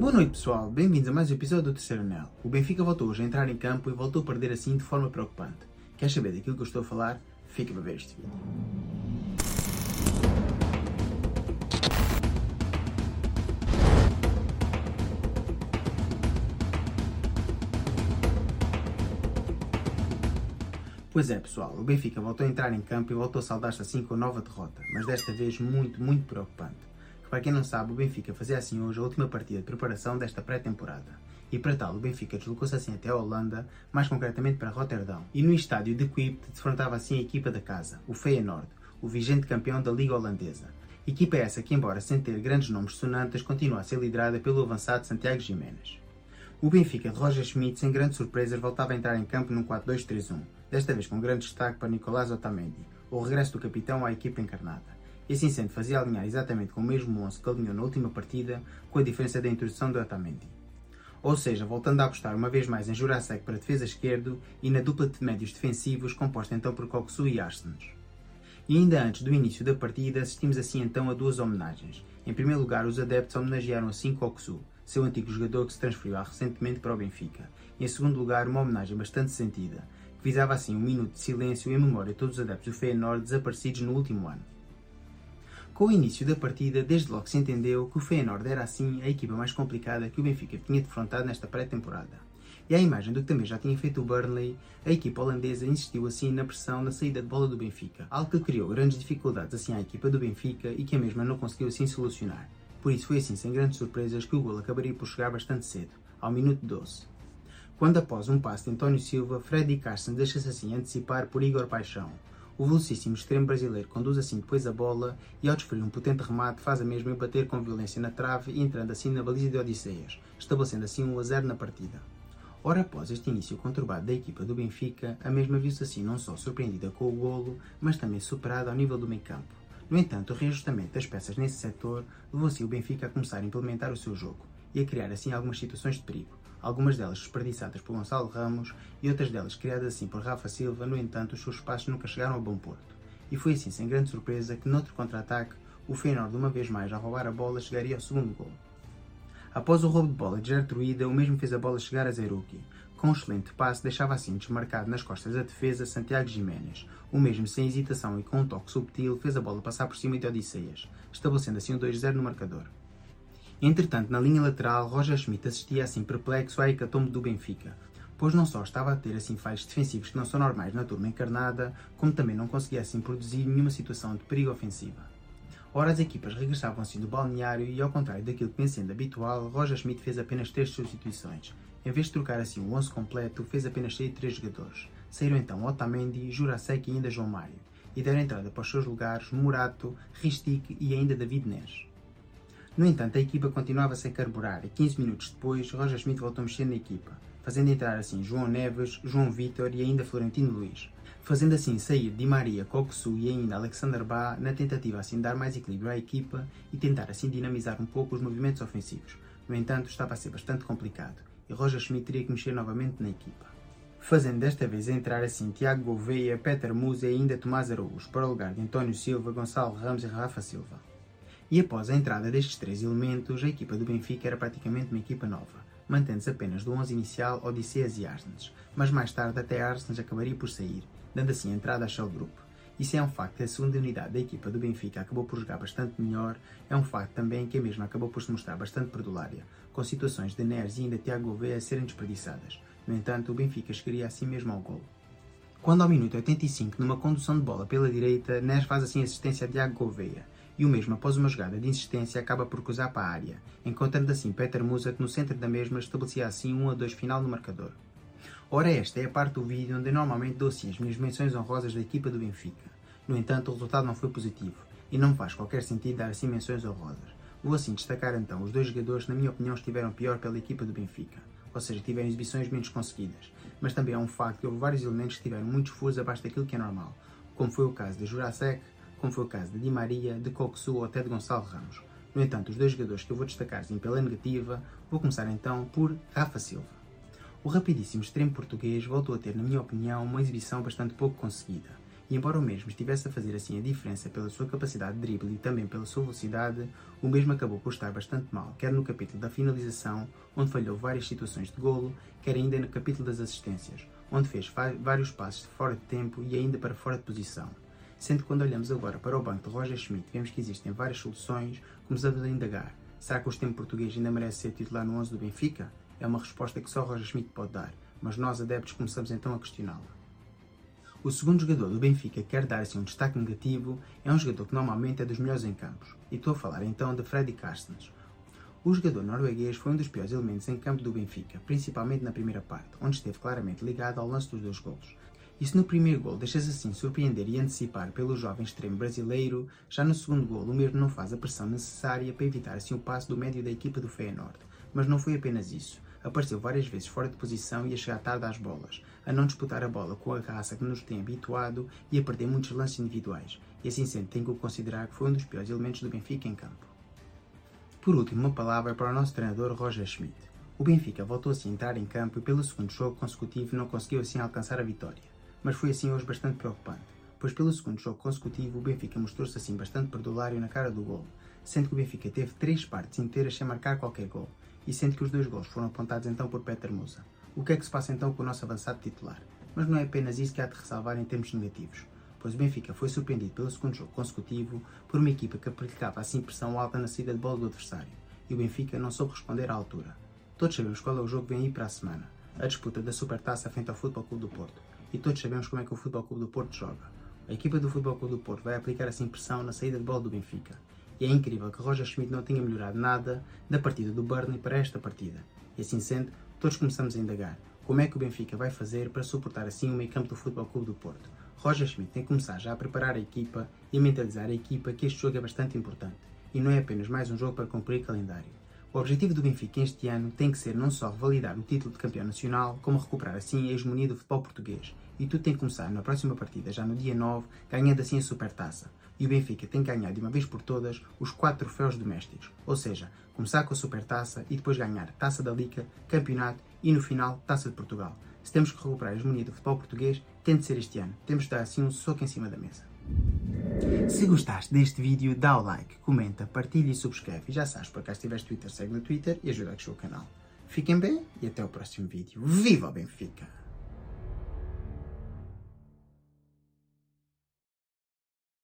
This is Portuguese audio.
Boa noite pessoal, bem-vindos a mais um episódio do Terceiro Anel. O Benfica voltou hoje a entrar em campo e voltou a perder assim de forma preocupante. Queres saber daquilo que eu estou a falar? Fica para ver este vídeo. Pois é pessoal, o Benfica voltou a entrar em campo e voltou a saldar-se assim com a nova derrota, mas desta vez muito preocupante. Que para quem não sabe, o Benfica fazia assim hoje a última partida de preparação desta pré-temporada. E para tal, o Benfica deslocou-se assim até a Holanda, mais concretamente para Roterdão. E no estádio de Kuip defrontava assim a equipa da casa, o Feyenoord, o vigente campeão da Liga Holandesa. Equipa essa que, embora sem ter grandes nomes sonantes, continua a ser liderada pelo avançado Santiago Giménez. O Benfica de Roger Schmidt, sem grandes surpresas, voltava a entrar em campo num 4-2-3-1, desta vez com grande destaque para Nicolás Otamendi, o regresso do capitão à equipa encarnada. E assim sendo, fazia alinhar exatamente com o mesmo 11 que alinhou na última partida, com a diferença da introdução do Otamendi. Ou seja, voltando a apostar uma vez mais em Jurasek para defesa esquerdo e na dupla de médios defensivos composta então por Koksu e Arsens. E ainda antes do início da partida, assistimos assim então a duas homenagens. Em primeiro lugar, os adeptos homenagearam assim Koksu, seu antigo jogador que se transferiu recentemente para o Benfica. E em segundo lugar, uma homenagem bastante sentida, que visava assim um minuto de silêncio em memória de todos os adeptos do Feyenoord desaparecidos no último ano. Com o início da partida, desde logo se entendeu que o Feyenoord era assim a equipa mais complicada que o Benfica tinha defrontado nesta pré-temporada. E à imagem do que também já tinha feito o Burnley, a equipa holandesa insistiu assim na pressão na saída de bola do Benfica, algo que criou grandes dificuldades assim à equipa do Benfica e que a mesma não conseguiu assim solucionar. Por isso foi assim sem grandes surpresas que o golo acabaria por chegar bastante cedo, ao minuto 12. Quando após um passe de António Silva, Freddy Carson deixa-se assim antecipar por Igor Paixão. O velocíssimo extremo brasileiro conduz assim depois a bola e ao desferir um potente remate faz a mesma bater com violência na trave e entrando assim na baliza de Odisseias, estabelecendo assim 1-0 na partida. Ora após este início conturbado da equipa do Benfica, a mesma viu-se assim não só surpreendida com o golo, mas também superada ao nível do meio-campo. No entanto, o reajustamento das peças nesse setor levou assim o Benfica a começar a implementar o seu jogo e a criar assim algumas situações de perigo, algumas delas desperdiçadas por Gonçalo Ramos e outras delas criadas assim por Rafa Silva. No entanto, os seus passos nunca chegaram a bom porto. E foi assim sem grande surpresa que noutro contra-ataque, o Feyenoord uma vez mais ao roubar a bola chegaria ao segundo golo. Após o roubo de bola de Gertruida, o mesmo fez a bola chegar a Zerouki. Com um excelente passe, deixava assim desmarcado nas costas da defesa Santiago Giménez. O mesmo, sem hesitação e com um toque subtil, fez a bola passar por cima de Odisseias, estabelecendo assim um 2-0 no marcador. Entretanto, na linha lateral, Roger Schmidt assistia assim perplexo à hecatombe do Benfica, pois não só estava a ter assim falhos defensivos que não são normais na turma encarnada, como também não conseguia assim produzir nenhuma situação de perigo ofensiva. Ora, as equipas regressavam assim do balneário e, ao contrário daquilo que vem sendo habitual, Roger Schmidt fez apenas 3 substituições. Em vez de trocar assim o 11 completo, fez apenas sair 3 jogadores. Saíram então Otamendi, Jurasek e ainda João Mário, e deram entrada para os seus lugares Morato, Ristic e ainda David Neres. No entanto, a equipa continuava sem carburar e 15 minutos depois, Roger Schmidt voltou a mexer na equipa, fazendo entrar assim João Neves, João Vitor e ainda Florentino Luís, fazendo assim sair Di Maria, Koksu e ainda Alexander Ba na tentativa assim de dar mais equilíbrio à equipa e tentar assim dinamizar um pouco os movimentos ofensivos. No entanto, estava a ser bastante complicado e Roger Schmidt teria que mexer novamente na equipa, fazendo desta vez entrar assim Tiago Gouveia, Peter Musa e ainda Tomás Araújo para o lugar de António Silva, Gonçalo Ramos e Rafa Silva. E após a entrada destes 3 elementos, a equipa do Benfica era praticamente uma equipa nova, mantendo-se apenas do 11 inicial Odisseias e Arsens, mas mais tarde até Arsens acabaria por sair, dando assim a entrada a Shell Group. Isso é um facto que a segunda unidade da equipa do Benfica acabou por jogar bastante melhor, é um facto também que a mesma acabou por se mostrar bastante perdulária, com situações de Neres e ainda Tiago Gouveia a serem desperdiçadas. No entanto, o Benfica chegaria assim mesmo ao golo. Quando ao minuto 85, numa condução de bola pela direita, Neres faz assim assistência a Tiago Gouveia, e o mesmo, após uma jogada de insistência, acaba por cruzar para a área, encontrando assim Peter Musa, que no centro da mesma estabelecia assim 1-2 final no marcador. Ora, esta é a parte do vídeo onde eu normalmente dou assim as minhas menções honrosas da equipa do Benfica. No entanto, o resultado não foi positivo, e não faz qualquer sentido dar assim menções honrosas. Vou assim destacar então os 2 jogadores que na minha opinião estiveram pior pela equipa do Benfica, ou seja, tiveram exibições menos conseguidas, mas também é um facto que houve vários elementos que tiveram muitos furos abaixo daquilo que é normal, como foi o caso de Jurasek, como foi o caso de Di Maria, de Koksu ou até de Gonçalo Ramos. No entanto, os 2 jogadores que eu vou destacar assim, pela negativa, vou começar então por Rafa Silva. O rapidíssimo extremo português voltou a ter, na minha opinião, uma exibição bastante pouco conseguida. E embora o mesmo estivesse a fazer assim a diferença pela sua capacidade de drible e também pela sua velocidade, o mesmo acabou por estar bastante mal, quer no capítulo da finalização, onde falhou várias situações de golo, quer ainda no capítulo das assistências, onde fez vários passos de fora de tempo e ainda para fora de posição. Sendo que quando olhamos agora para o banco de Roger Schmidt, vemos que existem várias soluções, começamos a indagar. Será que o sistema português ainda merece ser titular no 11 do Benfica? É uma resposta que só Roger Schmidt pode dar, mas nós adeptos começamos então a questioná-la. O segundo jogador do Benfica que quer dar assim um destaque negativo é um jogador que normalmente é dos melhores em campos, e estou a falar então de Freddy Carstens. O jogador norueguês foi um dos piores elementos em campo do Benfica, principalmente na primeira parte, onde esteve claramente ligado ao lance dos 2 golos. E se no primeiro gol deixa-se assim surpreender e antecipar pelo jovem extremo brasileiro, já no segundo gol o mesmo não faz a pressão necessária para evitar assim o passo do médio da equipa do Feyenoord. Mas não foi apenas isso. Apareceu várias vezes fora de posição e a chegar tarde às bolas, a não disputar a bola com a raça que nos tem habituado e a perder muitos lances individuais. E assim sendo, tenho que considerar que foi um dos piores elementos do Benfica em campo. Por último, uma palavra para o nosso treinador Roger Schmidt. O Benfica voltou assim a entrar em campo e pelo segundo jogo consecutivo não conseguiu assim alcançar a vitória. Mas foi assim hoje bastante preocupante, pois pelo segundo jogo consecutivo o Benfica mostrou-se assim bastante perdulário na cara do golo, sendo que o Benfica teve 3 partes inteiras sem marcar qualquer gol, e sendo que os 2 gols foram apontados então por Peter Musa. O que é que se passa então com o nosso avançado titular? Mas não é apenas isso que há de ressalvar em termos negativos, pois o Benfica foi surpreendido pelo segundo jogo consecutivo por uma equipa que aplicava assim pressão alta na saída de bola do adversário, e o Benfica não soube responder à altura. Todos sabemos qual é o jogo que vem aí para a semana, a disputa da Supertaça frente ao Futebol Clube do Porto, e todos sabemos como é que o Futebol Clube do Porto joga. A equipa do Futebol Clube do Porto vai aplicar assim pressão na saída de bola do Benfica, e é incrível que Roger Schmidt não tenha melhorado nada da partida do Burnley para esta partida. E assim sendo, todos começamos a indagar como é que o Benfica vai fazer para suportar assim o meio campo do Futebol Clube do Porto. Roger Schmidt tem que começar já a preparar a equipa e a mentalizar a equipa que este jogo é bastante importante e não é apenas mais um jogo para cumprir calendário. O objetivo do Benfica este ano tem que ser não só validar o título de campeão nacional, como recuperar assim a hegemonia do futebol português. E tudo tem que começar na próxima partida, já no dia 9, ganhando assim a Supertaça. E o Benfica tem que ganhar de uma vez por todas os 4 troféus domésticos. Ou seja, começar com a Supertaça e depois ganhar Taça da Liga, Campeonato e no final Taça de Portugal. Se temos que recuperar a hegemonia do futebol português, tem de ser este ano. Temos de dar assim um soco em cima da mesa. Se gostaste deste vídeo, dá o like, comenta, partilha e subscreve. E já sabes, por acaso tiveres Twitter, segue no Twitter e ajuda a crescer o canal. Fiquem bem e até o próximo vídeo. Viva o Benfica!